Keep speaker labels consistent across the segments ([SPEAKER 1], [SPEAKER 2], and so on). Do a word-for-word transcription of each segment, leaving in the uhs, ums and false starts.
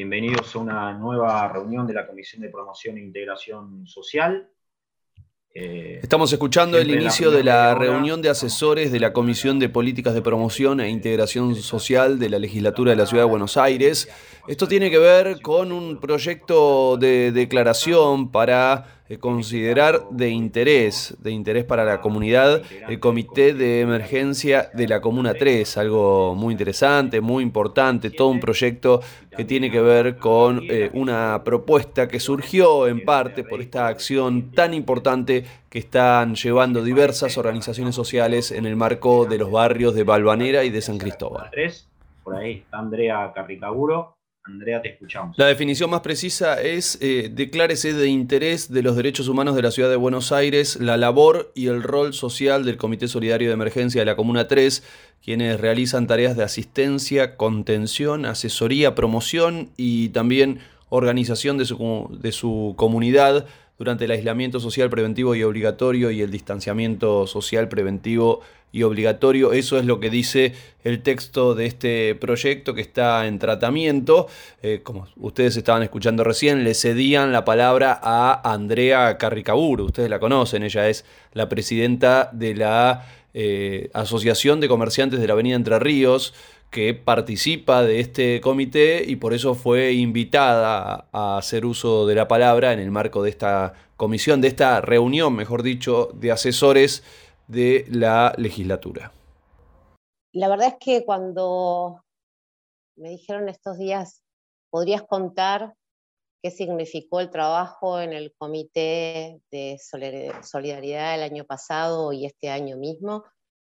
[SPEAKER 1] Bienvenidos a una nueva reunión de la Comisión de Promoción e Integración Social. Eh,
[SPEAKER 2] Estamos escuchando el
[SPEAKER 1] siempre en la
[SPEAKER 2] inicio de
[SPEAKER 1] primera media
[SPEAKER 2] la
[SPEAKER 1] hora
[SPEAKER 2] reunión de
[SPEAKER 1] estamos
[SPEAKER 2] asesores de la Comisión de Políticas de Promoción e Integración Social de la Legislatura de la Ciudad de Buenos Aires. Esto tiene que ver con un proyecto de declaración para eh, considerar de interés, de interés para la comunidad, el Comité de Emergencia de la Comuna tres, algo muy interesante, muy importante, todo un proyecto que tiene que ver con eh, una propuesta que surgió en parte por esta acción tan importante que están llevando diversas organizaciones sociales en el marco de los barrios de Balvanera y de San Cristóbal.
[SPEAKER 1] tres. Por ahí está Andrea Carricaburo. Andrea, te escuchamos.
[SPEAKER 2] La definición más precisa es eh, declárese de interés de los derechos humanos de la Ciudad de Buenos Aires la labor y el rol social del Comité Solidario de Emergencia de la Comuna tres, quienes realizan tareas de asistencia, contención, asesoría, promoción y también organización de su, de su comunidad durante el aislamiento social preventivo y obligatorio y el distanciamiento social preventivo y obligatorio. Eso es lo que dice el texto de este proyecto que está en tratamiento. Eh, como ustedes estaban escuchando recién, le cedían la palabra a Andrea Carricaburo. Ustedes la conocen, ella es la presidenta de la eh, Asociación de Comerciantes de la Avenida Entre Ríos, que participa de este comité y por eso fue invitada a hacer uso de la palabra en el marco de esta comisión, de esta reunión, mejor dicho, de asesores de la legislatura.
[SPEAKER 3] La verdad es que cuando me dijeron estos días, ¿podrías contar qué significó el trabajo en el Comité de Solidaridad el año pasado y este año mismo?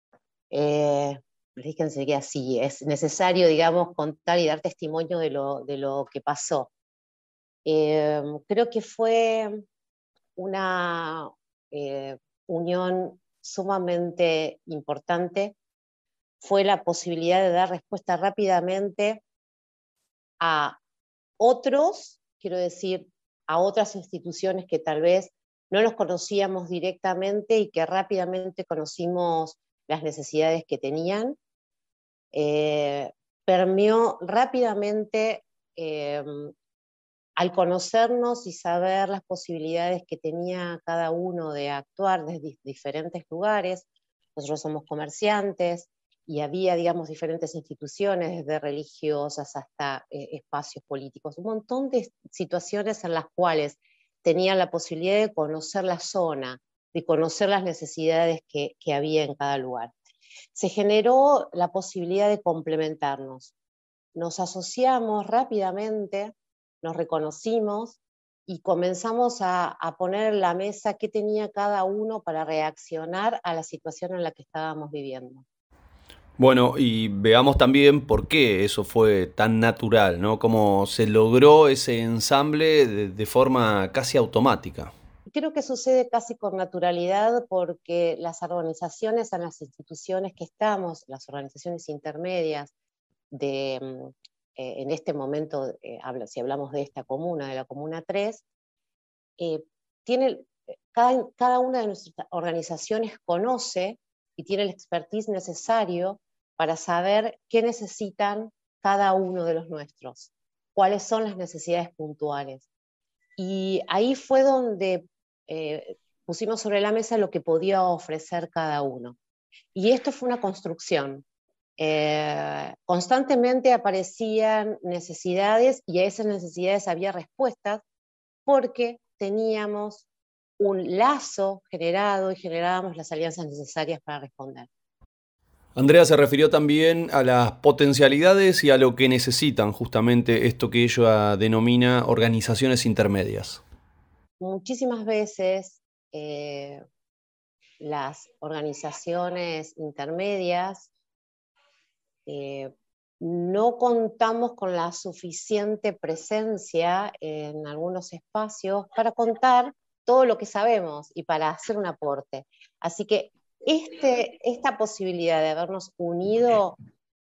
[SPEAKER 3] Eh, les dije enseguida, sí, es necesario, digamos, contar y dar testimonio de lo, de lo que pasó. Eh, creo que fue una eh, unión sumamente importante. Fue la posibilidad de dar respuesta rápidamente a otros, quiero decir, a otras instituciones que tal vez no los conocíamos directamente y que rápidamente conocimos las necesidades que tenían. Eh, permeó rápidamente, eh, al conocernos y saber las posibilidades que tenía cada uno de actuar desde diferentes lugares. Nosotros somos comerciantes y había, digamos, diferentes instituciones, desde religiosas hasta eh, espacios políticos, un montón de situaciones en las cuales tenían la posibilidad de conocer la zona, de conocer las necesidades que, que había en cada lugar. Se generó la posibilidad de complementarnos. Nos asociamos rápidamente, nos reconocimos y comenzamos a, a poner en la mesa qué tenía cada uno para reaccionar a la situación en la que estábamos viviendo.
[SPEAKER 2] Bueno, y veamos también por qué eso fue tan natural, ¿no? Cómo se logró ese ensamble de, de forma casi automática.
[SPEAKER 3] Creo que sucede casi con naturalidad porque las organizaciones en las instituciones que estamos, las organizaciones intermedias, de, eh, en este momento, eh, hablo, si hablamos de esta comuna, de la Comuna tres, eh, tiene, cada, cada una de nuestras organizaciones conoce y tiene el expertise necesario para saber qué necesitan cada uno de los nuestros, cuáles son las necesidades puntuales. Y ahí fue donde eh, pusimos sobre la mesa lo que podía ofrecer cada uno. Y esto fue una construcción. Eh, constantemente aparecían necesidades y a esas necesidades había respuestas porque teníamos un lazo generado y generábamos las alianzas necesarias para responder.
[SPEAKER 2] Andrea se refirió también a las potencialidades y a lo que necesitan justamente esto que ella denomina organizaciones intermedias.
[SPEAKER 3] Muchísimas veces eh, las organizaciones intermedias eh, no contamos con la suficiente presencia en algunos espacios para contar todo lo que sabemos y para hacer un aporte. Así que este, esta posibilidad de habernos unido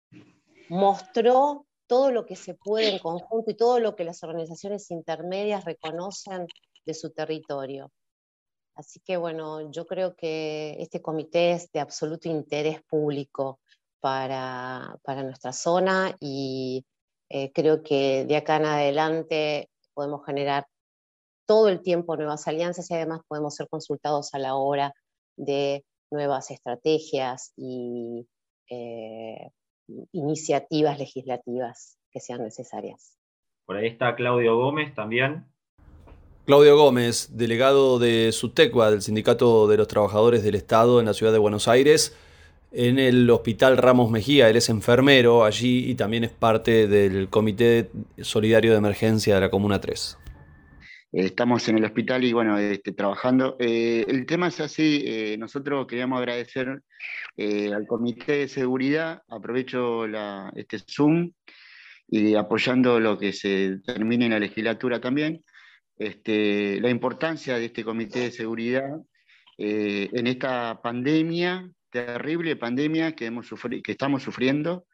[SPEAKER 3] mostró todo lo que se puede en conjunto y todo lo que las organizaciones intermedias reconocen de su territorio. Así que bueno, yo creo que este comité es de absoluto interés público para, para nuestra zona y Eh, creo que de acá en adelante podemos generar todo el tiempo nuevas alianzas y además podemos ser consultados a la hora de nuevas estrategias y eh, iniciativas legislativas que sean necesarias.
[SPEAKER 1] Por ahí está Claudio Gómez también.
[SPEAKER 2] Claudio Gómez, delegado de SUTECBA, del Sindicato de los Trabajadores del Estado en la ciudad de Buenos Aires, en el Hospital Ramos Mejía. Él es enfermero allí y también es parte del Comité Solidario de Emergencia de la Comuna tres.
[SPEAKER 4] Estamos en el hospital y bueno, este, trabajando. Eh, el tema es así, eh, nosotros queríamos agradecer eh, al Comité de Seguridad, aprovecho la, este Zoom y apoyando lo que se termine en la legislatura también, este, la importancia de este Comité de Seguridad eh, en esta pandemia, terrible pandemia que, hemos sufri- que estamos sufriendo.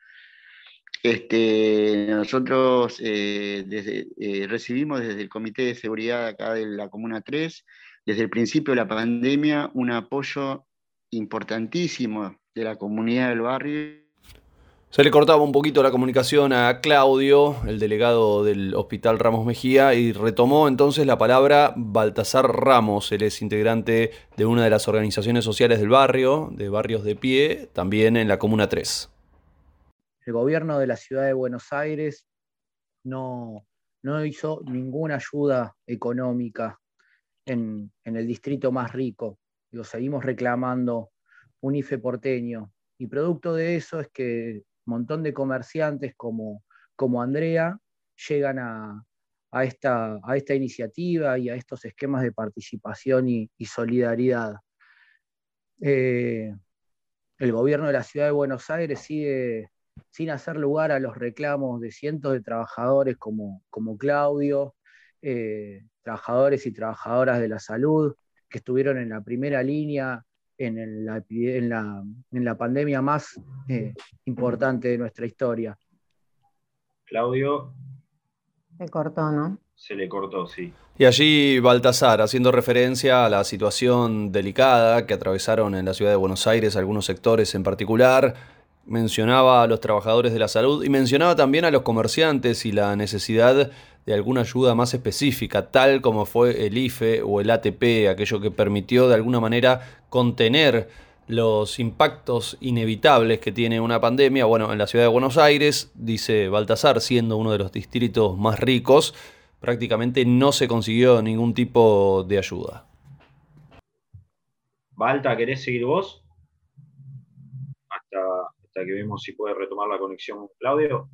[SPEAKER 4] Este, nosotros eh, desde, eh, recibimos desde el Comité de Seguridad acá de la Comuna tres, desde el principio de la pandemia, un apoyo importantísimo de la comunidad del barrio.
[SPEAKER 2] Se le cortaba un poquito la comunicación a Claudio, el delegado del Hospital Ramos Mejía, y retomó entonces la palabra Baltasar Ramos. Él es integrante de una de las organizaciones sociales del barrio, de Barrios de Pie, también en la Comuna tres.
[SPEAKER 5] El gobierno de la ciudad de Buenos Aires no, no hizo ninguna ayuda económica en, en el distrito más rico. Digo, seguimos reclamando un I F E porteño. Y producto de eso es que un montón de comerciantes como, como Andrea llegan a, a, esta, a esta iniciativa y a estos esquemas de participación y, y solidaridad. Eh, el gobierno de la ciudad de Buenos Aires sigue sin hacer lugar a los reclamos de cientos de trabajadores como, como Claudio, eh, trabajadores y trabajadoras de la salud, que estuvieron en la primera línea en, el, la, en, la, en la pandemia más eh, importante de nuestra historia.
[SPEAKER 1] Claudio.
[SPEAKER 3] Se cortó, ¿no?
[SPEAKER 1] Se le cortó, sí.
[SPEAKER 2] Y allí Baltasar, haciendo referencia a la situación delicada que atravesaron en la ciudad de Buenos Aires algunos sectores en particular, mencionaba a los trabajadores de la salud y mencionaba también a los comerciantes y la necesidad de alguna ayuda más específica, tal como fue el I F E o el A T P, aquello que permitió de alguna manera contener los impactos inevitables que tiene una pandemia. Bueno, en la ciudad de Buenos Aires, dice Baltasar, siendo uno de los distritos más ricos, prácticamente no se consiguió ningún tipo de ayuda.
[SPEAKER 1] Balta, ¿querés seguir vos? Hasta, hasta que vemos si puede retomar la conexión con Claudio.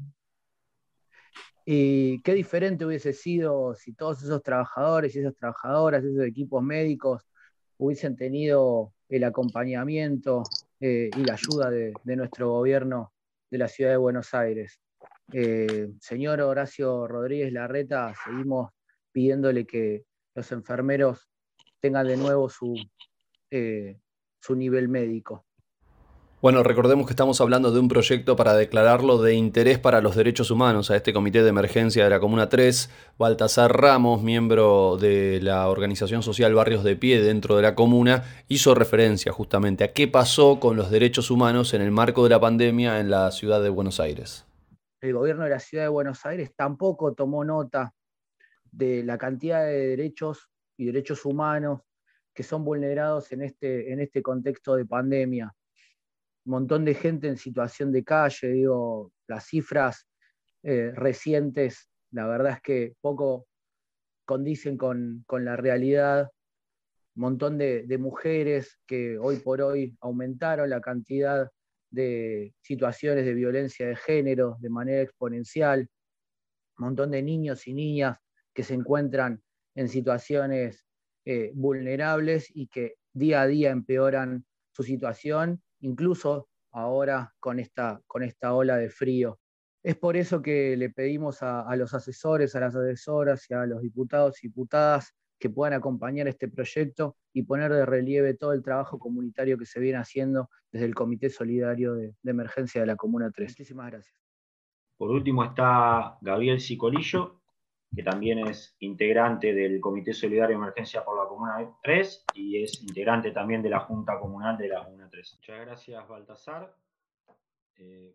[SPEAKER 5] Y qué diferente hubiese sido si todos esos trabajadores y esas trabajadoras, esos equipos médicos hubiesen tenido el acompañamiento eh, y la ayuda de, de nuestro gobierno de la ciudad de Buenos Aires. Eh, señor Horacio Rodríguez Larreta, seguimos pidiéndole que los enfermeros tengan de nuevo su, eh, su nivel médico.
[SPEAKER 2] Bueno, recordemos que estamos hablando de un proyecto para declararlo de interés para los derechos humanos a este Comité de Emergencia de la Comuna tres. Baltasar Ramos, miembro de la organización social Barrios de Pie dentro de la comuna, hizo referencia justamente a qué pasó con los derechos humanos en el marco de la pandemia en la ciudad de Buenos Aires.
[SPEAKER 5] El gobierno de la ciudad de Buenos Aires tampoco tomó nota de la cantidad de derechos y derechos humanos que son vulnerados en este, en este contexto de pandemia. Un montón de gente en situación de calle, digo, las cifras eh, recientes, la verdad es que poco condicen con, con la realidad. Un montón de, de mujeres que hoy por hoy aumentaron la cantidad de situaciones de violencia de género de manera exponencial. Un montón de niños y niñas que se encuentran en situaciones eh, vulnerables y que día a día empeoran su situación, incluso ahora con esta, con esta ola de frío. Es por eso que le pedimos a, a los asesores, a las asesoras y a los diputados y diputadas que puedan acompañar este proyecto y poner de relieve todo el trabajo comunitario que se viene haciendo desde el Comité Solidario de, de Emergencia de la Comuna tres. Muchísimas gracias.
[SPEAKER 1] Por último está Gabriel Cicolillo, que también es integrante del Comité Solidario de Emergencia por la Comuna tres y es integrante también de la Junta Comunal de la Comuna tres. Muchas gracias, Baltasar. Eh...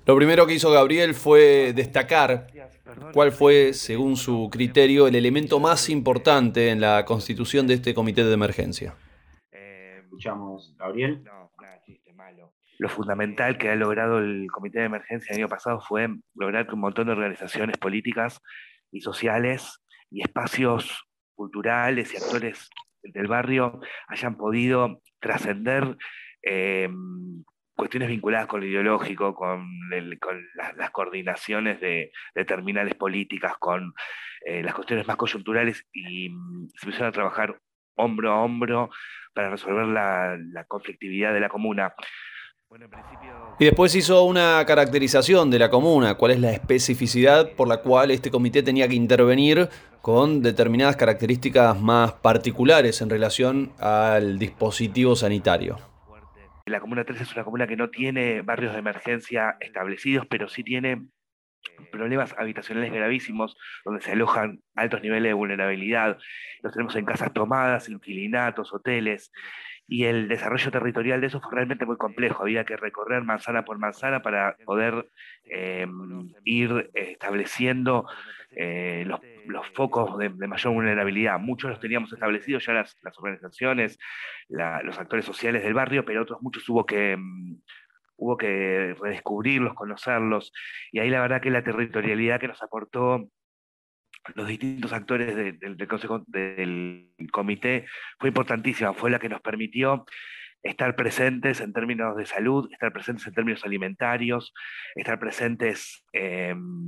[SPEAKER 2] Lo primero que hizo Gabriel fue destacar cuál fue, según su criterio, el elemento más importante en la constitución de este comité de emergencia.
[SPEAKER 1] Escuchamos, Gabriel.
[SPEAKER 6] No, nada, chiste malo. Lo fundamental que ha logrado el comité de emergencia el año pasado fue lograr que un montón de organizaciones políticas y sociales y espacios culturales y actores del barrio hayan podido trascender eh, cuestiones vinculadas con lo ideológico, con, el, con la, las coordinaciones de, de terminales políticas, con eh, las cuestiones más coyunturales, y um, se empezaron a trabajar hombro a hombro para resolver la, la conflictividad de la comuna. Bueno, en principio...
[SPEAKER 2] Y después hizo una caracterización de la comuna, cuál es la especificidad por la cual este comité tenía que intervenir con determinadas características más particulares en relación al dispositivo sanitario.
[SPEAKER 6] La Comuna tres es una comuna que no tiene barrios de emergencia establecidos, pero sí tiene problemas habitacionales gravísimos, donde se alojan altos niveles de vulnerabilidad. Los tenemos en casas tomadas, inquilinatos, hoteles, y el desarrollo territorial de eso fue realmente muy complejo. Había que recorrer manzana por manzana para poder eh, ir estableciendo eh, los, los focos de, de mayor vulnerabilidad. Muchos los teníamos establecidos ya las, las organizaciones, la, los actores sociales del barrio, pero otros muchos hubo que... hubo que redescubrirlos, conocerlos, y ahí la verdad que la territorialidad que nos aportó los distintos actores de, de, del consejo, del comité, fue importantísima, fue la que nos permitió estar presentes en términos de salud, estar presentes en términos alimentarios, estar presentes eh,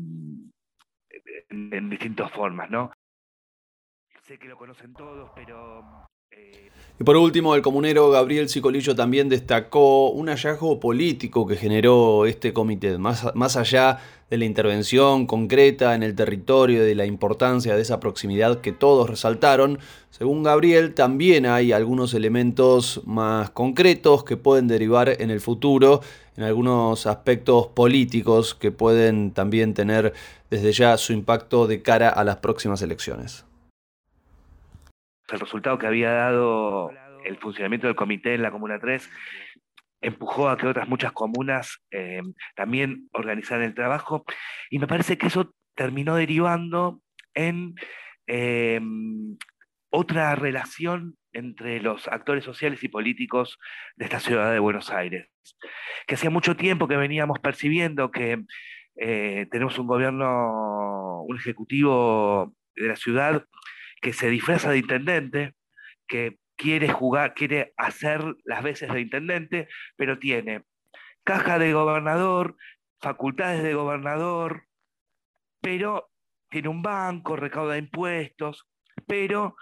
[SPEAKER 6] en, en distintas formas, ¿no? Sé que lo conocen todos, pero... Eh...
[SPEAKER 2] Y por último, el comunero Gabriel Cicolillo también destacó un hallazgo político que generó este comité, más, más allá de la intervención concreta en el territorio y de la importancia de esa proximidad que todos resaltaron. Según Gabriel, también hay algunos elementos más concretos que pueden derivar en el futuro, en algunos aspectos políticos que pueden también tener desde ya su impacto de cara a las próximas elecciones.
[SPEAKER 6] El resultado que había dado el funcionamiento del comité en la Comuna tres empujó a que otras muchas comunas eh, también organizaran el trabajo, y me parece que eso terminó derivando en eh, otra relación entre los actores sociales y políticos de esta ciudad de Buenos Aires, que hacía mucho tiempo que veníamos percibiendo que eh, tenemos un gobierno, un ejecutivo de la ciudad que se disfraza de intendente, que quiere jugar, quiere hacer las veces de intendente, pero tiene caja de gobernador, facultades de gobernador, pero tiene un banco, recauda impuestos, pero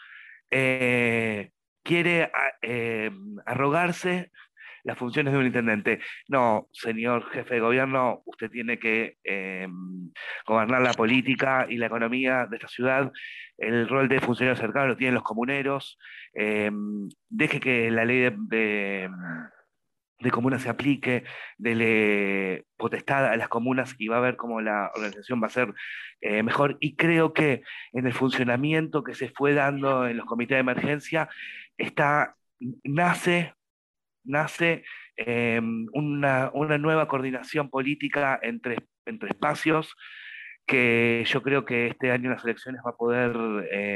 [SPEAKER 6] eh, quiere eh, arrogarse las funciones de un intendente. No, señor jefe de gobierno, usted tiene que eh, gobernar la política y la economía de esta ciudad. El rol de funcionario cercano lo tienen los comuneros. Eh, deje que la ley de, de, de comunas se aplique, dele potestad a las comunas, y va a ver cómo la organización va a ser eh, mejor. Y creo que en el funcionamiento que se fue dando en los comités de emergencia está, nace nace eh, una, una nueva coordinación política entre, entre espacios, que yo creo que este año en las elecciones va a poder eh,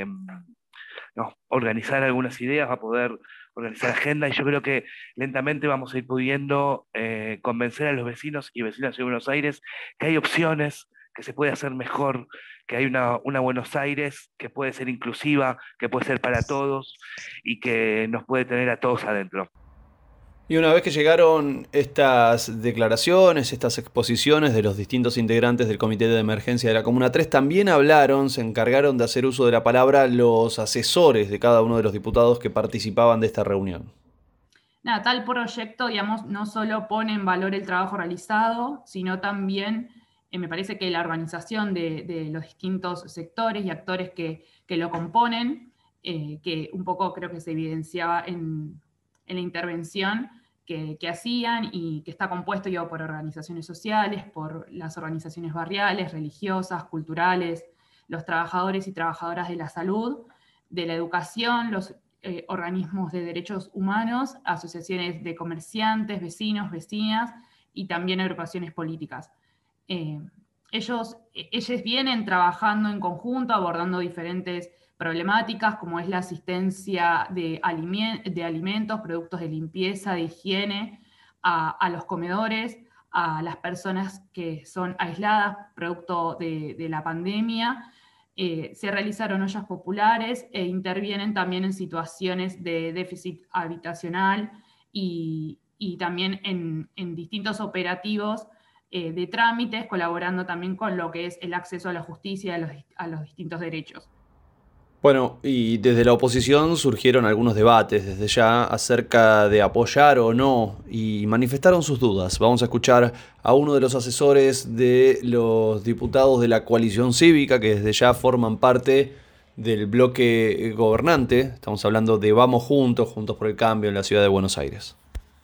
[SPEAKER 6] no, organizar algunas ideas, va a poder organizar agenda, y yo creo que lentamente vamos a ir pudiendo eh, convencer a los vecinos y vecinas de Buenos Aires que hay opciones, que se puede hacer mejor, que hay una, una Buenos Aires que puede ser inclusiva, que puede ser para todos y que nos puede tener a todos adentro.
[SPEAKER 2] Y una vez que llegaron estas declaraciones, estas exposiciones de los distintos integrantes del Comité de Emergencia de la Comuna tres, también hablaron, se encargaron de hacer uso de la palabra los asesores de cada uno de los diputados que participaban de esta reunión.
[SPEAKER 7] Nada, tal proyecto, digamos, no solo pone en valor el trabajo realizado, sino también, eh, me parece que la organización de, de los distintos sectores y actores que, que lo componen, eh, que un poco creo que se evidenciaba en... en la intervención que, que hacían, y que está compuesto yo, por organizaciones sociales, por las organizaciones barriales, religiosas, culturales, los trabajadores y trabajadoras de la salud, de la educación, los eh, organismos de derechos humanos, asociaciones de comerciantes, vecinos, vecinas, y también agrupaciones políticas. Eh, ellos, ellos vienen trabajando en conjunto, abordando diferentes problemáticas, como es la asistencia de, aliment de alimentos, productos de limpieza, de higiene, a, a los comedores, a las personas que son aisladas producto de, de la pandemia. Eh, se realizaron ollas populares e intervienen también en situaciones de déficit habitacional y, y también en, en distintos operativos eh, de trámites, colaborando también con lo que es el acceso a la justicia, a los, a los distintos derechos.
[SPEAKER 2] Bueno, y desde la oposición surgieron algunos debates desde ya acerca de apoyar o no y manifestaron sus dudas. Vamos a escuchar a uno de los asesores de los diputados de la coalición cívica que desde ya forman parte del bloque gobernante. Estamos hablando de Vamos Juntos, Juntos por el Cambio en la ciudad de Buenos Aires.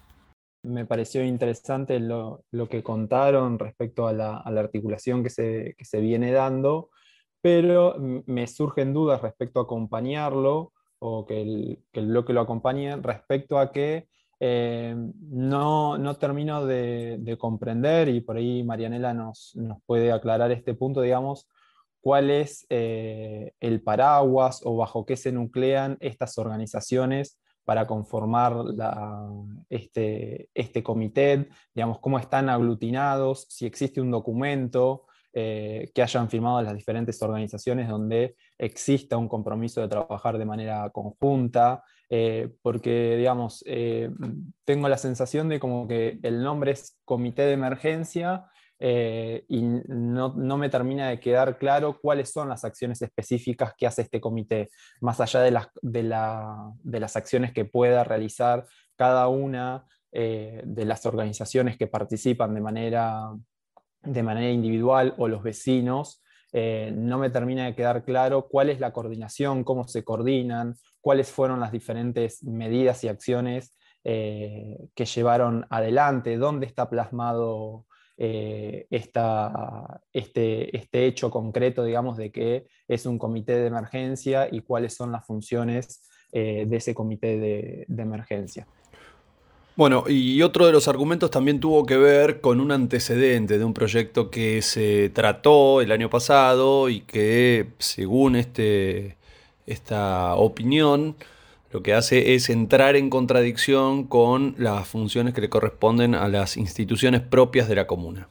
[SPEAKER 8] Me pareció interesante lo, lo que contaron respecto a la, a la articulación que se, que se viene dando, pero me surgen dudas respecto a acompañarlo o que el, que el bloque lo acompañe respecto a que eh, no, no termino de, de comprender, y por ahí Marianela nos, nos puede aclarar este punto, digamos, cuál es eh, el paraguas o bajo qué se nuclean estas organizaciones para conformar la, este, este comité, digamos, cómo están aglutinados, si existe un documento eh, que hayan firmado las diferentes organizaciones donde exista un compromiso de trabajar de manera conjunta, eh, porque, digamos, eh, tengo la sensación de como que el nombre es Comité de Emergencia, Eh, y no, no me termina de quedar claro cuáles son las acciones específicas que hace este comité, más allá de las, de la, de las acciones que pueda realizar cada una eh, de las organizaciones que participan de manera, de manera individual o los vecinos. Eh, no me termina de quedar claro cuál es la coordinación, cómo se coordinan, cuáles fueron las diferentes medidas y acciones eh, que llevaron adelante, dónde está plasmado Eh, esta, este, este hecho concreto, digamos, de que es un comité de emergencia y cuáles son las funciones eh, de ese comité de, de emergencia.
[SPEAKER 2] Bueno, y otro de los argumentos también tuvo que ver con un antecedente de un proyecto que se trató el año pasado y que, según este, esta opinión, lo que hace es entrar en contradicción con las funciones que le corresponden a las instituciones propias de la comuna.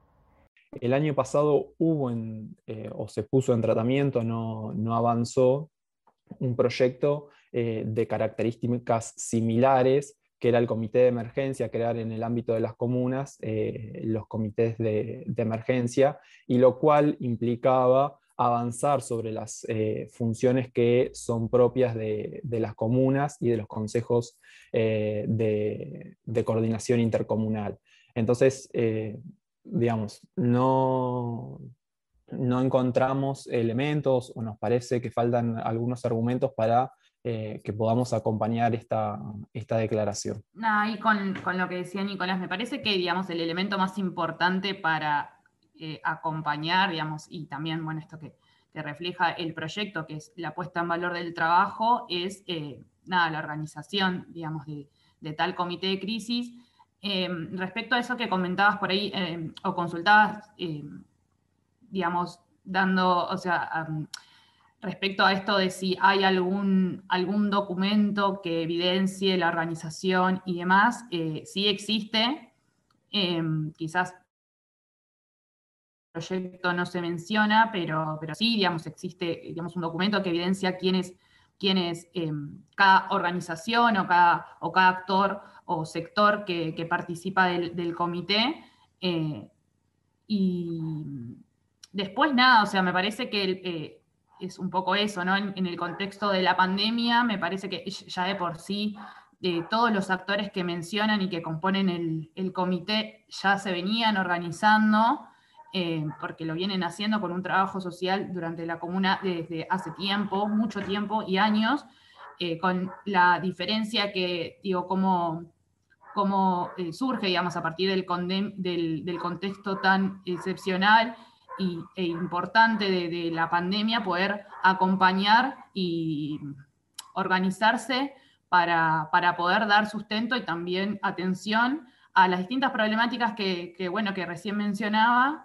[SPEAKER 8] El año pasado hubo en, eh, o se puso en tratamiento, no, no avanzó, un proyecto eh, de características similares, que era el comité de emergencia, crear en el ámbito de las comunas eh, los comités de, de emergencia, y lo cual implicaba avanzar sobre las eh, funciones que son propias de, de las comunas y de los consejos eh, de, de coordinación intercomunal. Entonces, eh, digamos, no, no encontramos elementos o nos parece que faltan algunos argumentos para eh, que podamos acompañar esta, esta declaración.
[SPEAKER 7] Nada, y con, con lo que decía Nicolás, me parece que, digamos, el elemento más importante para eh, acompañar, digamos, y también, bueno, esto que, que refleja el proyecto, que es la puesta en valor del trabajo, es, eh, nada, la organización, digamos, de, de tal comité de crisis. Eh, respecto a eso que comentabas por ahí, eh, o consultabas, eh, digamos, dando, o sea, um, respecto a esto de si hay algún, algún documento que evidencie la organización y demás, eh, sí existe, eh, quizás el proyecto no se menciona, pero, pero sí, digamos, existe, digamos, un documento que evidencia quién es, quién es eh, cada organización o cada, o cada actor o sector que, que participa del, del comité. Eh, y después nada, o sea, me parece que el, eh, es un poco eso, ¿no? En, en el contexto de la pandemia, me parece que ya de por sí eh, todos los actores que mencionan y que componen el, el comité ya se venían organizando, eh, porque lo vienen haciendo con un trabajo social durante la comuna desde hace tiempo, mucho tiempo y años, eh, con la diferencia que, digo, como cómo eh, surge, digamos, a partir del, condem, del, del contexto tan excepcional y, e importante de, de la pandemia, poder acompañar y organizarse para, para poder dar sustento y también atención a las distintas problemáticas que, que bueno, que recién mencionaba,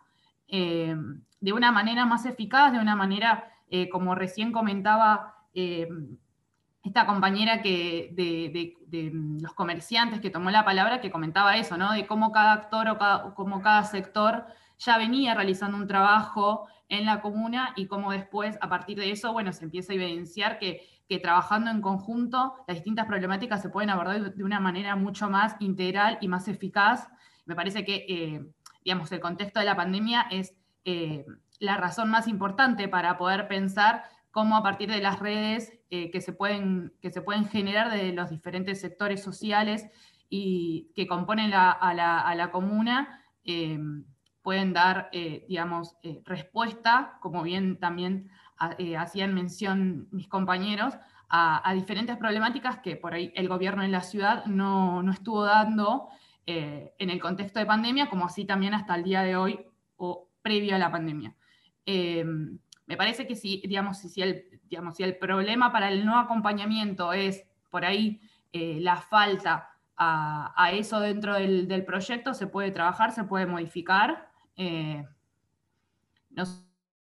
[SPEAKER 7] eh, de una manera más eficaz, de una manera, eh, como recién comentaba eh, esta compañera que, de, de, de los comerciantes que tomó la palabra, que comentaba eso, ¿no? De cómo cada actor o cada, cómo cada sector ya venía realizando un trabajo en la comuna y cómo después, a partir de eso, bueno, se empieza a evidenciar que, que trabajando en conjunto las distintas problemáticas se pueden abordar de una manera mucho más integral y más eficaz. Me parece que, eh, digamos, el contexto de la pandemia es eh, la razón más importante para poder pensar cómo a partir de las redes eh, que, se pueden, que se pueden generar de los diferentes sectores sociales y que componen la, a, la, a la comuna, eh, pueden dar, eh, digamos, eh, respuesta, como bien también eh, hacían mención mis compañeros, a, a diferentes problemáticas que por ahí el gobierno en la ciudad no, no estuvo dando eh, en el contexto de pandemia, como así también hasta el día de hoy o previo a la pandemia. Eh, me parece que si, digamos, si, el, digamos, si el problema para el no acompañamiento es por ahí eh, la falta a, a eso dentro del, del proyecto, se puede trabajar, se puede modificar. Eh, nos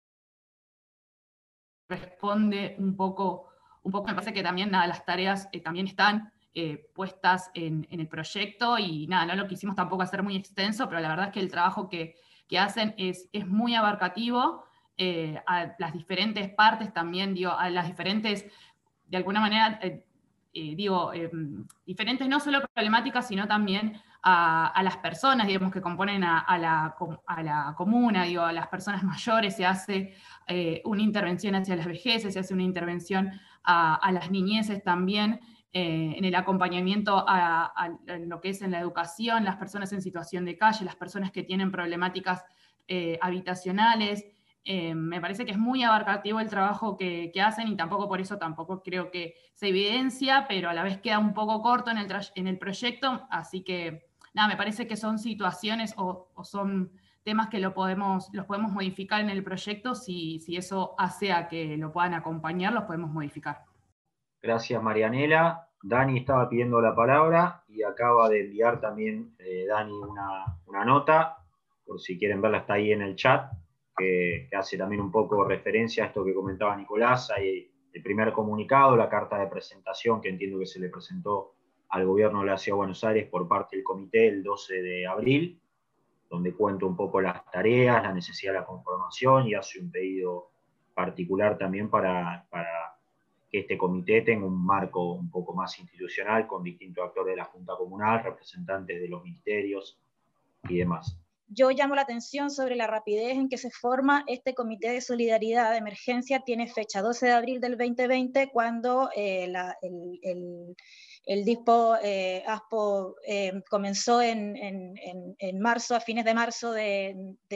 [SPEAKER 7] responde un poco, un poco, me parece que también nada, las tareas eh, también están eh, puestas en, en el proyecto y nada, no lo quisimos tampoco hacer muy extenso, pero la verdad es que el trabajo que, que hacen es, es muy abarcativo. Eh, a las diferentes partes también, digo, a las diferentes, de alguna manera, eh, eh, digo, eh, diferentes no solo problemáticas, sino también a, a las personas, digamos, que componen a, a, la, a la comuna, digo, a las personas mayores, se hace eh, una intervención hacia las vejeces, se hace una intervención a, a las niñeces también, eh, en el acompañamiento a, a, a lo que es en la educación, las personas en situación de calle, las personas que tienen problemáticas eh, habitacionales. Eh, me parece que es muy abarcativo el trabajo que, que hacen y tampoco por eso tampoco creo que se evidencia, pero a la vez queda un poco corto en el, en el proyecto, así que nada, me parece que son situaciones o, o son temas que lo podemos, los podemos modificar en el proyecto, si, si eso hace a que lo puedan acompañar, los podemos modificar.
[SPEAKER 1] Gracias, Marianela. Dani estaba pidiendo la palabra y acaba de enviar también eh, Dani una, una nota, por si quieren verla, está ahí en el chat. Que, que hace también un poco referencia a esto que comentaba Nicolás, hay el primer comunicado, la carta de presentación que entiendo que se le presentó al gobierno de la Ciudad de Buenos Aires por parte del comité el doce de abril, donde cuenta un poco las tareas, la necesidad de la conformación y hace un pedido particular también para, para que este comité tenga un marco un poco más institucional con distintos actores de la Junta Comunal, representantes de los ministerios y demás.
[SPEAKER 9] Yo llamo la atención sobre la rapidez en que se forma este Comité de Solidaridad de Emergencia. Tiene fecha doce de abril del veinte veinte, cuando eh, la, el, el, el DISPO eh, ASPO eh, comenzó en, en, en marzo, a fines de marzo de,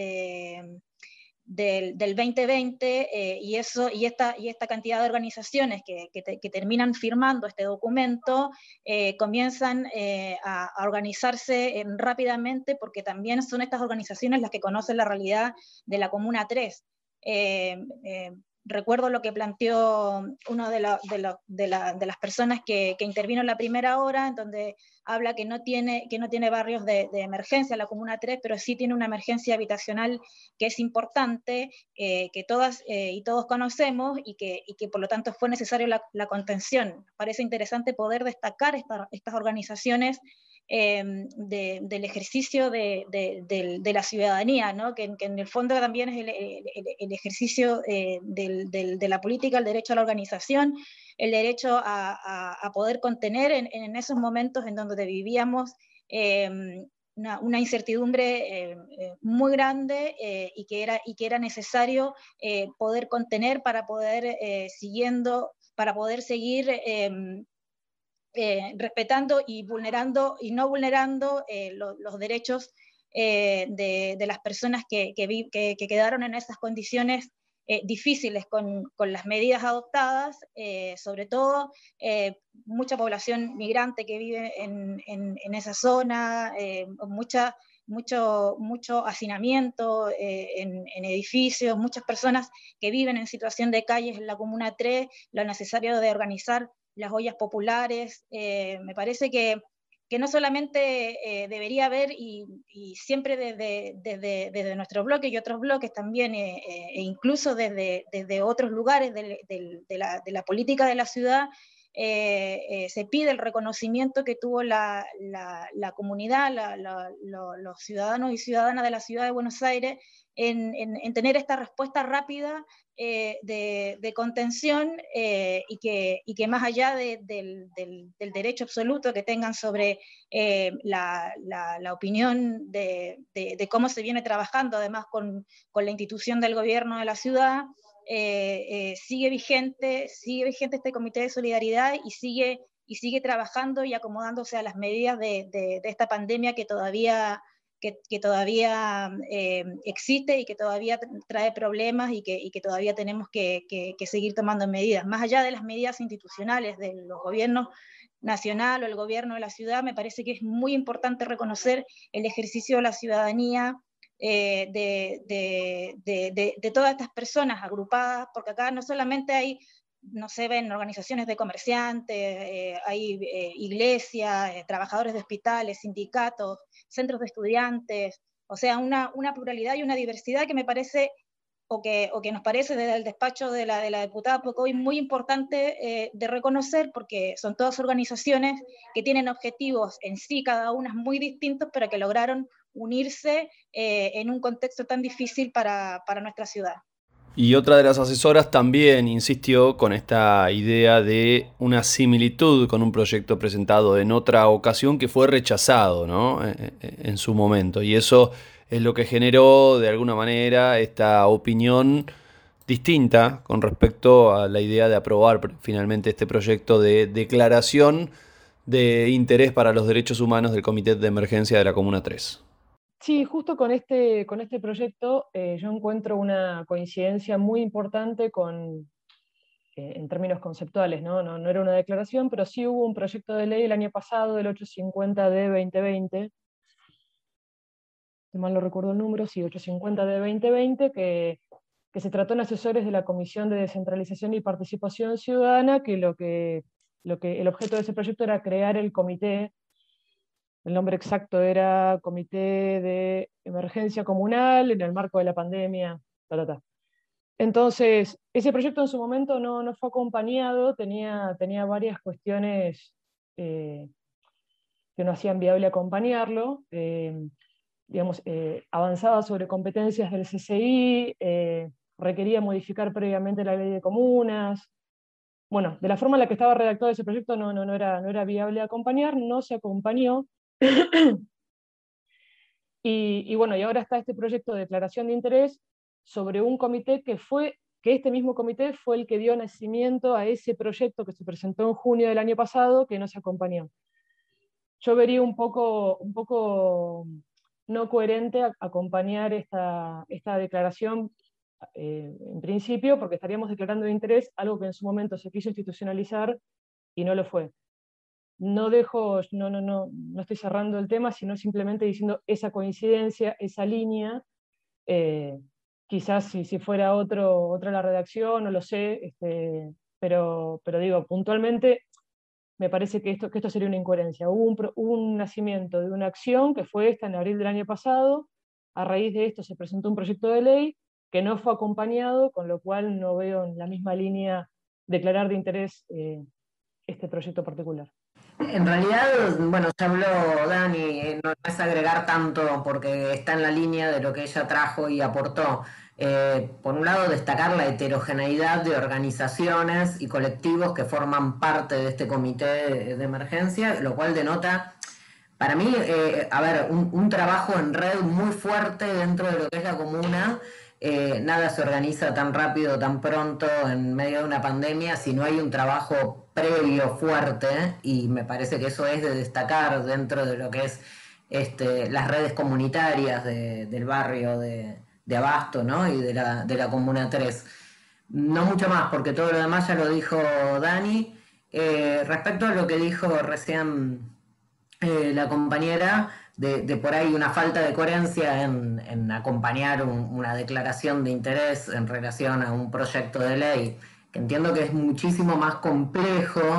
[SPEAKER 9] de, del, del veinte veinte, eh, y, eso, y, esta, y esta cantidad de organizaciones que, que, te, que terminan firmando este documento eh, comienzan eh, a, a organizarse eh, rápidamente, porque también son estas organizaciones las que conocen la realidad de la Comuna tres. Eh, eh, recuerdo lo que planteó una de, la, de, la, de, la, de las personas que, que intervino en la primera hora, en donde habla que no tiene, que no tiene barrios de, de emergencia la Comuna tres, pero sí tiene una emergencia habitacional que es importante, eh, que todas eh, y todos conocemos, y que, y que por lo tanto fue necesario la, la contención. Parece interesante poder destacar esta, estas organizaciones eh, de, del ejercicio de, de, de, de la ciudadanía, ¿no? que, que en el fondo también es el, el, el ejercicio eh, del, del, de la política, el derecho a la organización, el derecho a, a, a poder contener en, en esos momentos en donde vivíamos eh, una, una incertidumbre eh, eh, muy grande eh, y, que era, y que era necesario eh, poder contener para poder, eh, siguiendo, para poder seguir eh, eh, respetando y vulnerando y no vulnerando eh, lo, los derechos eh, de, de las personas que, que, vi, que, que quedaron en esas condiciones Eh, difíciles con, con las medidas adoptadas, eh, sobre todo eh, mucha población migrante que vive en, en, en esa zona, eh, mucha, mucho, mucho hacinamiento eh, en, en edificios, muchas personas que viven en situación de calles en la Comuna tres, lo necesario de organizar las ollas populares. Eh, me parece que que no solamente eh, debería haber, y, y siempre desde, desde, desde nuestro bloque y otros bloques también, eh, eh, e incluso desde, desde otros lugares de, de, de, la, de la política de la ciudad, eh, eh, se pide el reconocimiento que tuvo la, la, la comunidad, la, la, lo, los ciudadanos y ciudadanas de la ciudad de Buenos Aires, en, en, en tener esta respuesta rápida eh, de, de contención eh, y, que, y que más allá de, del, del, del derecho absoluto que tengan sobre eh, la, la, la opinión de, de, de cómo se viene trabajando, además con, con la institución del gobierno de la ciudad, eh, eh, sigue vigente, sigue vigente este comité de solidaridad y sigue, y sigue trabajando y acomodándose a las medidas de, de, de esta pandemia que todavía... Que, que todavía eh, existe y que todavía trae problemas y que, y que todavía tenemos que, que, que seguir tomando medidas. Más allá de las medidas institucionales de los gobiernos nacional o el gobierno de la ciudad, me parece que es muy importante reconocer el ejercicio de la ciudadanía eh, de, de, de, de, de todas estas personas agrupadas, porque acá no solamente hay, no se ven organizaciones de comerciantes, eh, hay eh, iglesias, eh, trabajadores de hospitales, sindicatos, centros de estudiantes, o sea, una, una pluralidad y una diversidad que me parece, o que, o que nos parece desde el despacho de la, de la diputada Pocoy muy importante eh, de reconocer, porque son todas organizaciones que tienen objetivos en sí, cada una muy distintos, pero que lograron unirse eh, en un contexto tan difícil para, para nuestra ciudad.
[SPEAKER 2] Y otra de las asesoras también insistió con esta idea de una similitud con un proyecto presentado en otra ocasión que fue rechazado, ¿no? en su momento. Y eso es lo que generó, de alguna manera, esta opinión distinta con respecto a la idea de aprobar finalmente este proyecto de declaración de interés para los derechos humanos del Comité de Emergencia de la Comuna tres.
[SPEAKER 10] Sí, justo con este, con este proyecto eh, yo encuentro una coincidencia muy importante con, eh, en términos conceptuales, ¿no? No, no era una declaración, pero sí hubo un proyecto de ley el año pasado, el ochocientos cincuenta de veinte veinte, si mal no recuerdo el número, sí, ochocientos cincuenta de veinte veinte, que, que se trató en asesores de la Comisión de Descentralización y Participación Ciudadana, que, lo que, lo que el objeto de ese proyecto era crear el comité. El nombre exacto era Comité de Emergencia Comunal en el marco de la pandemia. Ta, ta, ta. Entonces, ese proyecto en su momento no, no fue acompañado, tenía, tenía varias cuestiones eh, que no hacían viable acompañarlo. Eh, digamos, eh, avanzaba sobre competencias del C C I, eh, requería modificar previamente la ley de comunas. Bueno, de la forma en la que estaba redactado ese proyecto no, no, no, era, no era viable acompañar, no se acompañó. y, y bueno, y ahora está este proyecto de declaración de interés sobre un comité que fue, que este mismo comité fue el que dio nacimiento a ese proyecto que se presentó en junio del año pasado, que no se acompañó. Yo vería un poco, un poco no coherente acompañar esta, esta declaración eh, en principio, porque estaríamos declarando de interés algo que en su momento se quiso institucionalizar y no lo fue. No dejo, no, no, no, no estoy cerrando el tema, sino simplemente diciendo esa coincidencia, esa línea, eh, quizás si, si fuera otro, otra la redacción, no lo sé, este, pero, pero digo, puntualmente me parece que esto, que esto sería una incoherencia. Hubo un, hubo un nacimiento de una acción que fue esta en abril del año pasado, a raíz de esto se presentó un proyecto de ley que no fue acompañado, con lo cual no veo en la misma línea declarar de interés eh, este proyecto particular.
[SPEAKER 11] En realidad, bueno, ya habló Dani, no es agregar tanto porque está en la línea de lo que ella trajo y aportó. Eh, por un lado, destacar la heterogeneidad de organizaciones y colectivos que forman parte de este comité de, de emergencia, lo cual denota, para mí, eh, a ver, un, un trabajo en red muy fuerte dentro de lo que es la comuna. Eh, nada se organiza tan rápido, tan pronto, en medio de una pandemia, si no hay un trabajo previo fuerte, y me parece que eso es de destacar dentro de lo que es este, las redes comunitarias de, del barrio de, de Abasto, ¿no? Y de la, de la Comuna tres. No mucho más, porque todo lo demás ya lo dijo Dani. Eh, respecto a lo que dijo recién eh, la compañera, De, de por ahí una falta de coherencia en, en acompañar un, una declaración de interés en relación a un proyecto de ley, que entiendo que es muchísimo más complejo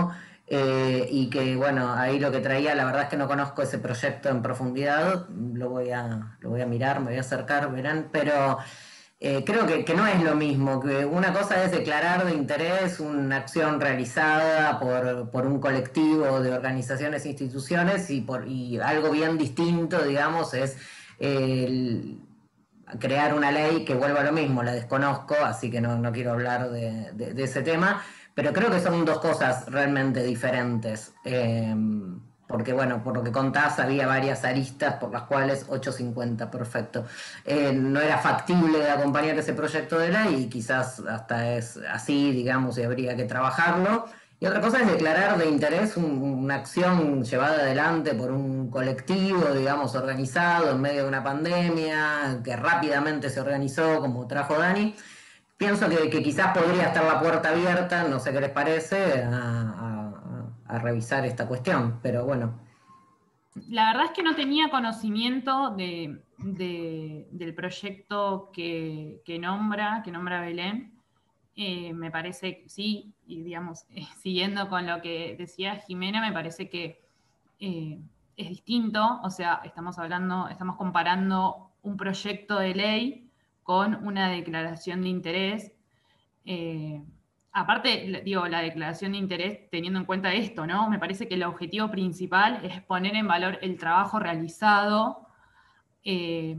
[SPEAKER 11] eh, y que, bueno, ahí lo que traía, la verdad es que no conozco ese proyecto en profundidad, lo voy a, lo voy a mirar, me voy a acercar, verán, pero eh, creo que, que no es lo mismo, que una cosa es declarar de interés una acción realizada por, por un colectivo de organizaciones e instituciones, y, por, y algo bien distinto, digamos, es el crear una ley que vuelva a lo mismo. La desconozco, así que no, no quiero hablar de, de, de ese tema, pero creo que son dos cosas realmente diferentes. Eh, porque bueno, por lo que contás, había varias aristas por las cuales ochocientos cincuenta, perfecto. Eh, no era factible de acompañar ese proyecto de ley, y quizás hasta es así, digamos, y habría que trabajarlo. Y otra cosa es declarar de interés un, una acción llevada adelante por un colectivo, digamos, organizado en medio de una pandemia, que rápidamente se organizó, como trajo Dani. Pienso que, que quizás podría estar la puerta abierta, no sé qué les parece, a, a, a revisar esta cuestión, pero bueno.
[SPEAKER 7] La verdad es que no tenía conocimiento de, de, del proyecto que, que nombra, que nombra Belén. Eh, me parece que sí, y digamos, eh, siguiendo con lo que decía Jimena, me parece que eh, es distinto. O sea, estamos hablando, estamos comparando un proyecto de ley con una declaración de interés. Eh, aparte, digo, la declaración de interés teniendo en cuenta esto, ¿no? Me parece que el objetivo principal es poner en valor el trabajo realizado, eh,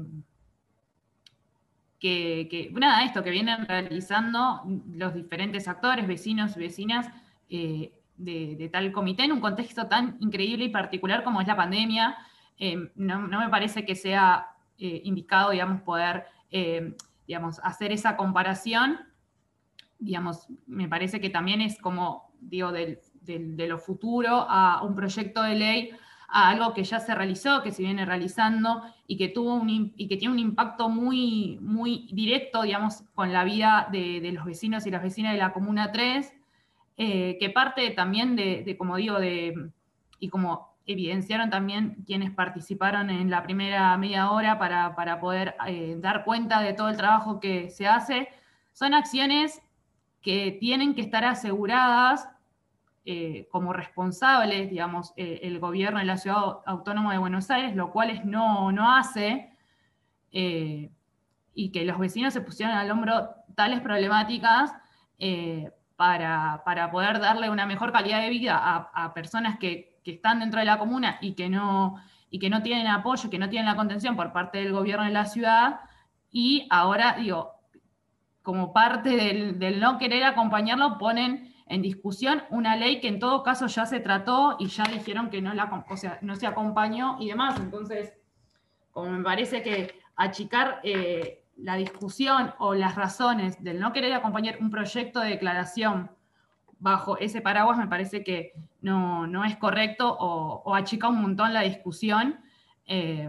[SPEAKER 7] que, que, nada, esto que vienen realizando los diferentes actores, vecinos y vecinas eh, de, de tal comité en un contexto tan increíble y particular como es la pandemia. Eh, no, no me parece que sea eh, indicado, digamos, poder, eh, digamos, hacer esa comparación. Digamos, me parece que también es como, digo, del, del, de lo futuro a un proyecto de ley, a algo que ya se realizó, que se viene realizando y que, tuvo un, y que tiene un impacto muy, muy directo, digamos, con la vida de, de los vecinos y las vecinas de la Comuna tres, eh, que parte también de, de, como digo, de, y como evidenciaron también quienes participaron en la primera media hora para, para poder eh, dar cuenta de todo el trabajo que se hace, son acciones que tienen que estar aseguradas eh, como responsables, digamos, eh, el gobierno de la Ciudad Autónoma de Buenos Aires, lo cual es no, no hace, eh, y que los vecinos se pusieron al hombro tales problemáticas eh, para, para poder darle una mejor calidad de vida a, a personas que, que están dentro de la comuna y que, no, y que no tienen apoyo, que no tienen la contención por parte del gobierno de la ciudad. Y ahora, digo, como parte del, del no querer acompañarlo, ponen en discusión una ley que en todo caso ya se trató y ya dijeron que no, la, o sea, no se acompañó y demás. Entonces, como me parece que achicar eh, la discusión o las razones del no querer acompañar un proyecto de declaración bajo ese paraguas, me parece que no, no es correcto, o, o achica un montón la discusión. Eh,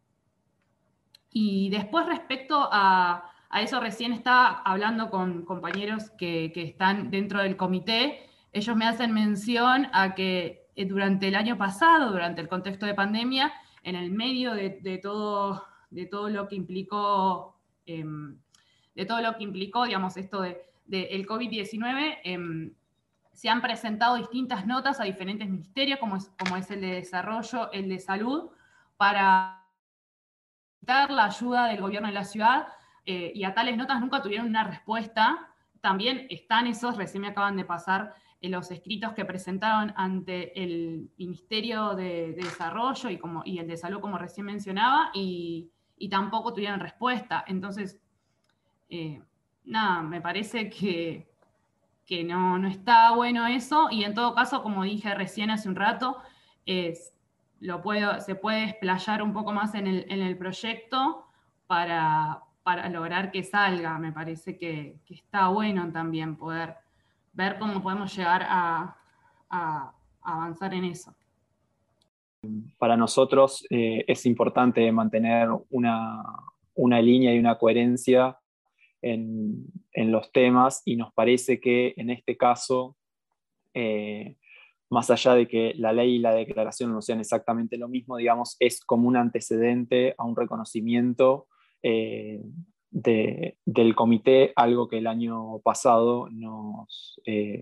[SPEAKER 7] y después, respecto a A eso, recién estaba hablando con compañeros que, que están dentro del comité. Ellos me hacen mención a que durante el año pasado, durante el contexto de pandemia, en el medio de, de, todo, de todo lo que implicó, eh, de todo lo que implicó, digamos, esto del de, de COVID diecinueve, eh, se han presentado distintas notas a diferentes ministerios, como es, como es el de Desarrollo, el de Salud, para dar la ayuda del gobierno de la ciudad. Eh, y a tales notas nunca tuvieron una respuesta. También están esos, recién me acaban de pasar eh, los escritos que presentaron ante el Ministerio de, de Desarrollo y, como, y el de Salud, como recién mencionaba, y, y tampoco tuvieron respuesta. Entonces, eh, nada, me parece que, que no, no está bueno eso, y en todo caso, como dije recién hace un rato, es, lo puedo, se puede explayar un poco más en el, en el proyecto para... para lograr que salga. Me parece que, que está bueno también poder ver cómo podemos llegar a, a, a avanzar en eso.
[SPEAKER 8] Para nosotros eh, es importante mantener una, una línea y una coherencia en, en los temas, y nos parece que en este caso, eh, más allá de que la ley y la declaración no sean exactamente lo mismo, digamos, es como un antecedente a un reconocimiento eh, de, del comité, algo que el año pasado nos, eh,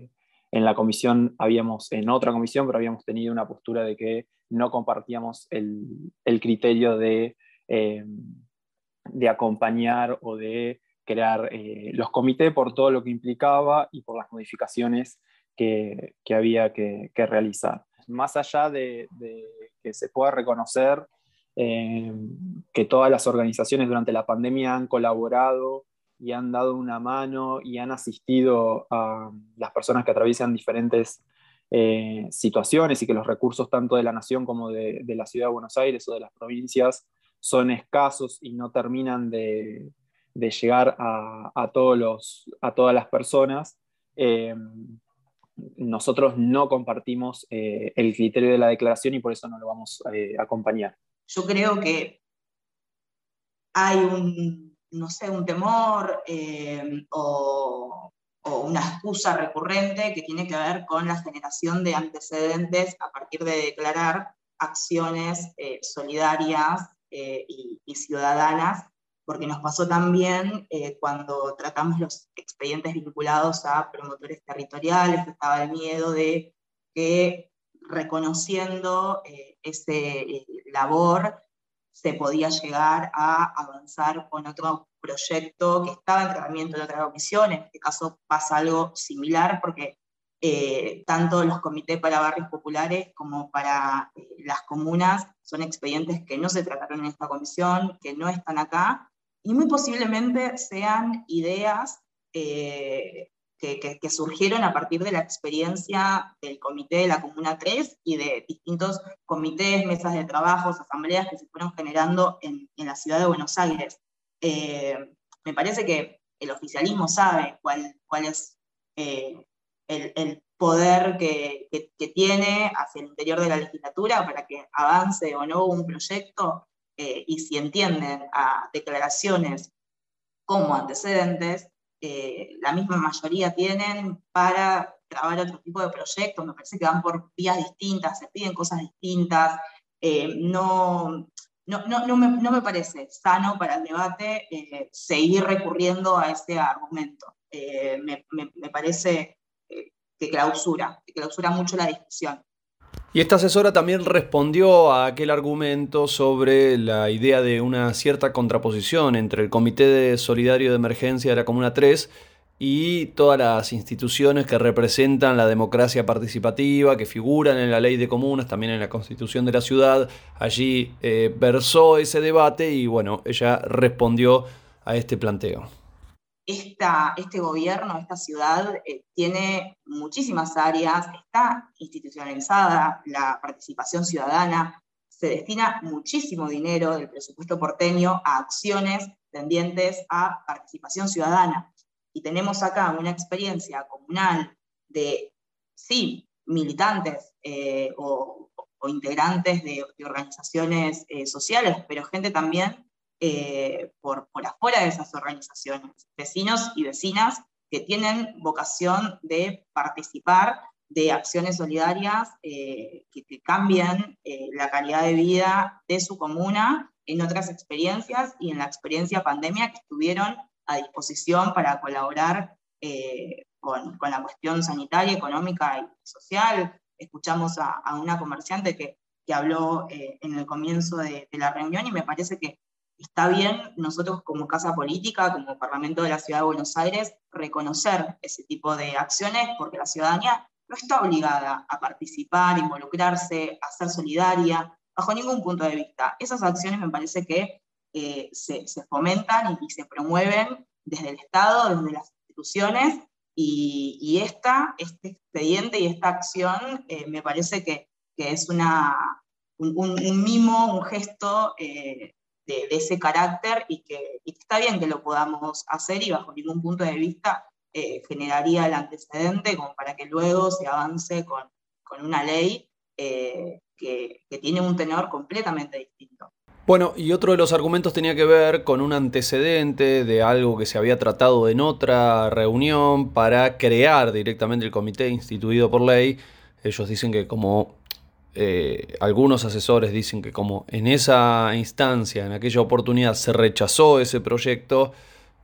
[SPEAKER 8] en la comisión habíamos, en otra comisión, pero habíamos tenido una postura de que no compartíamos el, el criterio de, eh, de acompañar o de crear eh, los comités por todo lo que implicaba y por las modificaciones que, que había que, que realizar. Más allá de, de que se pueda reconocer eh, que todas las organizaciones durante la pandemia han colaborado y han dado una mano y han asistido a las personas que atraviesan diferentes eh, situaciones, y que los recursos tanto de la nación como de, de la ciudad de Buenos Aires o de las provincias son escasos y no terminan de, de llegar a, a, todos los, a todas las personas. Eh, nosotros no compartimos eh, el criterio de la declaración y por eso no lo vamos eh, a acompañar.
[SPEAKER 12] Yo creo que hay un, no sé, un temor eh, o, o una excusa recurrente que tiene que ver con la generación de antecedentes a partir de declarar acciones eh, solidarias eh, y, y ciudadanas, porque nos pasó también eh, cuando tratamos los expedientes vinculados a promotores territoriales, estaba el miedo de que reconociendo eh, ese eh, labor se podía llegar a avanzar con otro proyecto que estaba en tratamiento en otra comisión. En este caso pasa algo similar, porque eh, tanto los comités para barrios populares como para eh, las comunas son expedientes que no se trataron en esta comisión, que no están acá, y muy posiblemente sean ideas eh, que, que, que surgieron a partir de la experiencia del comité de la Comuna tres y de distintos comités, mesas de trabajos, asambleas que se fueron generando en, en la ciudad de Buenos Aires. Eh, me parece que el oficialismo sabe cuál, cuál es eh, el, el poder que, que, que tiene hacia el interior de la legislatura para que avance o no un proyecto, eh, y si entienden a declaraciones como antecedentes, eh, la misma mayoría tienen para trabar otro tipo de proyectos. Me parece que van por vías distintas, se piden cosas distintas, eh, no... No, no, no, me, no me parece sano para el debate eh, seguir recurriendo a ese argumento. Eh, me, me, me parece eh, que clausura, que clausura mucho la discusión.
[SPEAKER 2] Y esta asesora también respondió a aquel argumento sobre la idea de una cierta contraposición entre el Comité de Solidario de Emergencia de la Comuna tres y todas las instituciones que representan la democracia participativa, que figuran en la ley de comunas, también en la Constitución de la ciudad. Allí eh, versó ese debate y bueno, ella respondió a este planteo.
[SPEAKER 12] Esta, este gobierno, esta ciudad, eh, tiene muchísimas áreas, está institucionalizada la participación ciudadana, se destina muchísimo dinero del presupuesto porteño a acciones tendientes a participación ciudadana. Y tenemos acá una experiencia comunal de, sí, militantes eh, o, o integrantes de, de organizaciones eh, sociales, pero gente también eh, por, por afuera de esas organizaciones, vecinos y vecinas que tienen vocación de participar de acciones solidarias eh, que, que cambien eh, la calidad de vida de su comuna en otras experiencias y en la experiencia pandemia que estuvieron a disposición para colaborar eh, con, con la cuestión sanitaria, económica y social. Escuchamos a, a una comerciante que, que habló eh, en el comienzo de, de la reunión, y me parece que está bien nosotros como casa política, como Parlamento de la Ciudad de Buenos Aires, reconocer ese tipo de acciones, porque la ciudadanía no está obligada a participar, involucrarse, a ser solidaria, bajo ningún punto de vista. Esas acciones me parece que Eh, se, se fomentan y, y se promueven desde el Estado, desde las instituciones, y, y esta, este expediente y esta acción eh, me parece que, que es una, un, un, un mimo, un gesto eh, de, de ese carácter, y que, y que está bien que lo podamos hacer, y bajo ningún punto de vista eh, generaría el antecedente como para que luego se avance con, con una ley eh, que, que tiene un tenor completamente distinto.
[SPEAKER 2] Bueno, y otro de los argumentos tenía que ver con un antecedente de algo que se había tratado en otra reunión para crear directamente el comité instituido por ley. Ellos dicen que como, eh, algunos asesores dicen que como en esa instancia, en aquella oportunidad se rechazó ese proyecto,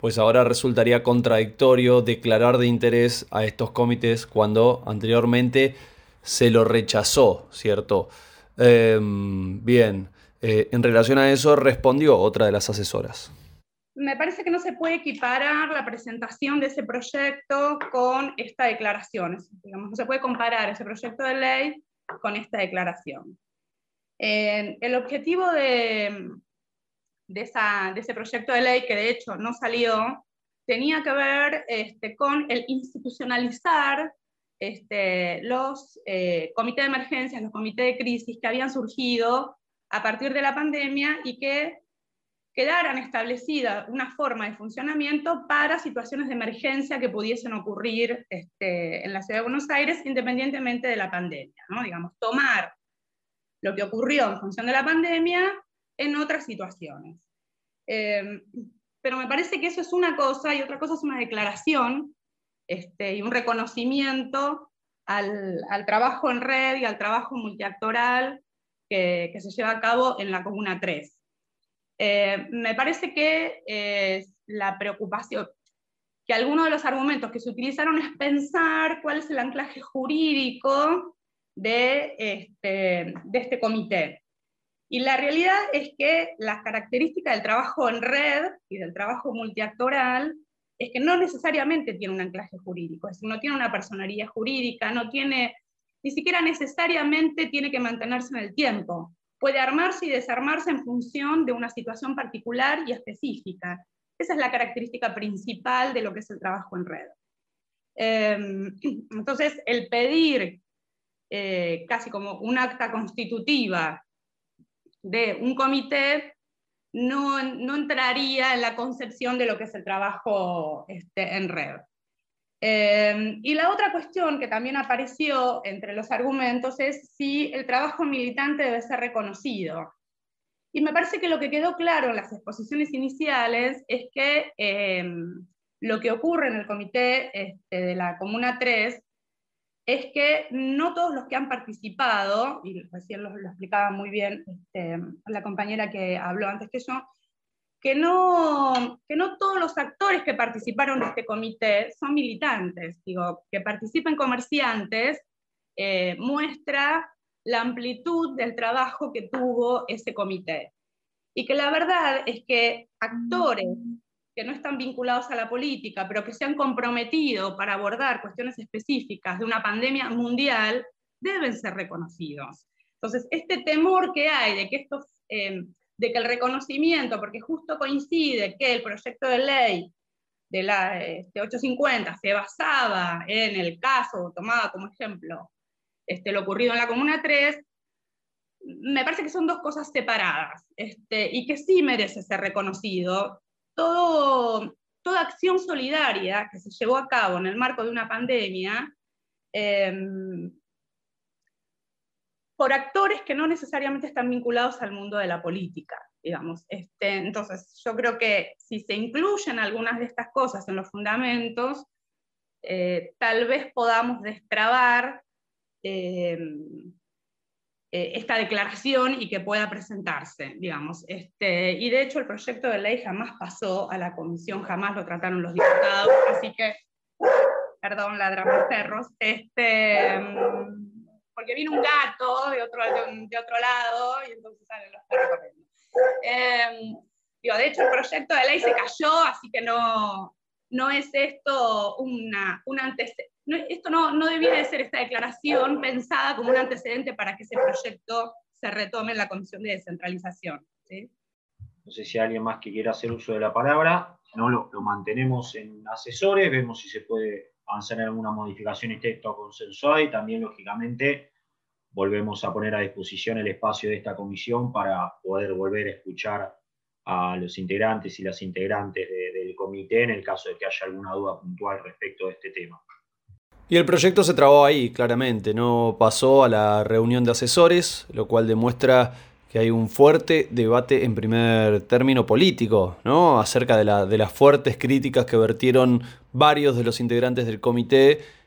[SPEAKER 2] pues ahora resultaría contradictorio declarar de interés a estos comités cuando anteriormente se lo rechazó, ¿cierto? Eh, bien, eh, en relación a eso respondió otra de las asesoras.
[SPEAKER 13] Me parece que no se puede equiparar la presentación de ese proyecto con esta declaración. Digamos, no se puede comparar ese proyecto de ley con esta declaración. Eh, el objetivo de, de, esa, de ese proyecto de ley, que de hecho no salió, tenía que ver este, con el institucionalizar este, los eh, comités de emergencia, los comités de crisis que habían surgido a partir de la pandemia y que quedaran establecida una forma de funcionamiento para situaciones de emergencia que pudiesen ocurrir este, en la Ciudad de Buenos Aires independientemente de la pandemia, ¿no? Digamos, tomar lo que ocurrió en función de la pandemia en otras situaciones. Eh, pero me parece que eso es una cosa, y otra cosa es una declaración este, y un reconocimiento al, al trabajo en red y al trabajo multiactoral que, que se lleva a cabo en la Comuna tres. Eh, me parece que eh, la preocupación, que algunos de los argumentos que se utilizaron es pensar cuál es el anclaje jurídico de este, de este comité. Y la realidad es que las características del trabajo en red y del trabajo multiactoral es que no necesariamente tiene un anclaje jurídico, es decir, no tiene una personería jurídica, no tiene, ni siquiera necesariamente tiene que mantenerse en el tiempo. Puede armarse y desarmarse en función de una situación particular y específica. Esa es la característica principal de lo que es el trabajo en red. Eh, entonces, el pedir eh, casi como un acta constitutiva de un comité no, no entraría en la concepción de lo que es el trabajo este, en red. Eh, y la otra cuestión que también apareció entre los argumentos es si el trabajo militante debe ser reconocido. Y me parece que lo que quedó claro en las exposiciones iniciales es que eh, lo que ocurre en el comité este, de la Comuna tres es que no todos los que han participado, y recién lo, lo explicaba muy bien este, la compañera que habló antes que yo, que no, que no todos los actores que participaron de este comité son militantes. Digo, que participen comerciantes eh, muestra la amplitud del trabajo que tuvo ese comité. Y que la verdad es que actores que no están vinculados a la política, pero que se han comprometido para abordar cuestiones específicas de una pandemia mundial, deben ser reconocidos. Entonces, este temor que hay de que estos... Eh, de que el reconocimiento, porque justo coincide que el proyecto de ley de la este, ochocientos cincuenta se basaba en el caso, tomaba como ejemplo este, lo ocurrido en la Comuna tres, me parece que son dos cosas separadas, este, y que sí merece ser reconocido. Todo, toda acción solidaria que se llevó a cabo en el marco de una pandemia, eh, por actores que no necesariamente están vinculados al mundo de la política, digamos. Este, entonces, yo creo que si se incluyen algunas de estas cosas en los fundamentos, eh, tal vez podamos destrabar eh, eh, esta declaración y que pueda presentarse, digamos. Este, y de hecho el proyecto de ley jamás pasó a la comisión, jamás lo trataron los diputados, así que, perdón, ladran perros, este... porque vino un gato de otro, de, de otro lado, y entonces salen los perros corriendo. Eh, digo, de hecho, el proyecto de ley se cayó, así que no, no es esto una, un antecedente, no, esto no, no debiera de ser esta declaración pensada como un antecedente para que ese proyecto se retome en la Comisión de Descentralización, ¿sí?
[SPEAKER 1] No sé si hay alguien más que quiera hacer uso de la palabra, si no lo, lo mantenemos en asesores, vemos si se puede avanzar en alguna modificación y texto consensuada, y también, lógicamente, volvemos a poner a disposición el espacio de esta comisión para poder volver a escuchar a los integrantes y las integrantes de, del comité en el caso de que haya alguna duda puntual respecto de este tema.
[SPEAKER 2] Y el proyecto se trabó ahí, claramente, no pasó a la reunión de asesores, lo cual demuestra que hay un fuerte debate en primer término político, ¿no? Acerca de, la, de las fuertes críticas que vertieron varios de los integrantes del comité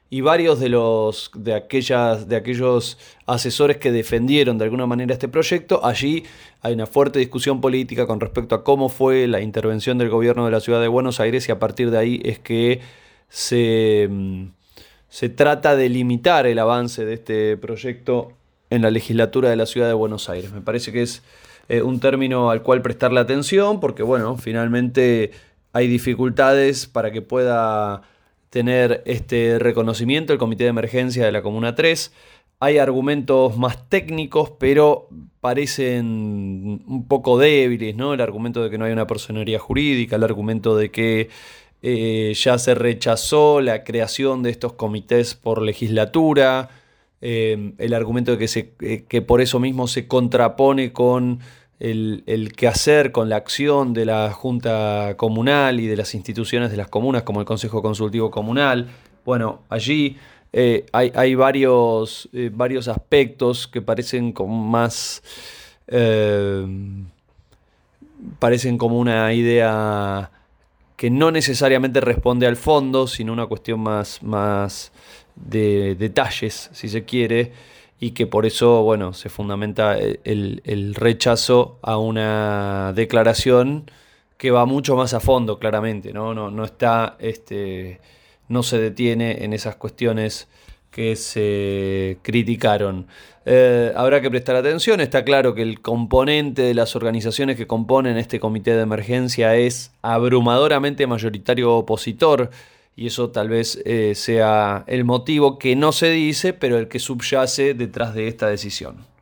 [SPEAKER 2] y varios de, los, de, aquellas, de aquellos asesores que defendieron de alguna manera este proyecto, allí hay una fuerte discusión política con respecto a cómo fue la intervención del gobierno de la ciudad de Buenos Aires, y a partir de ahí es que se, se trata de limitar el avance de este proyecto en la legislatura de la ciudad de Buenos Aires. Me parece que es eh, un término al cual prestarle atención, porque bueno, finalmente hay dificultades para que pueda tener este reconocimiento el Comité de Emergencia de la Comuna tres. Hay argumentos más técnicos, pero parecen un poco débiles, ¿no? El argumento de que no hay una personería jurídica, el argumento de que eh, ya se rechazó la creación de estos comités por legislatura, eh, el argumento de que, se, eh, que por eso mismo se contrapone con el, el quehacer, con la acción de la Junta Comunal y de las instituciones de las comunas, como el Consejo Consultivo Comunal. Bueno, allí eh, hay, hay varios, eh, varios aspectos que parecen como más... Eh, parecen como una idea que no necesariamente responde al fondo, sino una cuestión más, más de detalles, si se quiere, y que por eso, bueno, se fundamenta el, el rechazo a una declaración que va mucho más a fondo, claramente, ¿no? No, no está, este, no se detiene en esas cuestiones que se criticaron. Eh, habrá que prestar atención. Está claro que el componente de las organizaciones que componen este comité de emergencia es abrumadoramente mayoritario opositor, y eso tal vez eh, sea el motivo que no se dice, pero el que subyace detrás de esta decisión.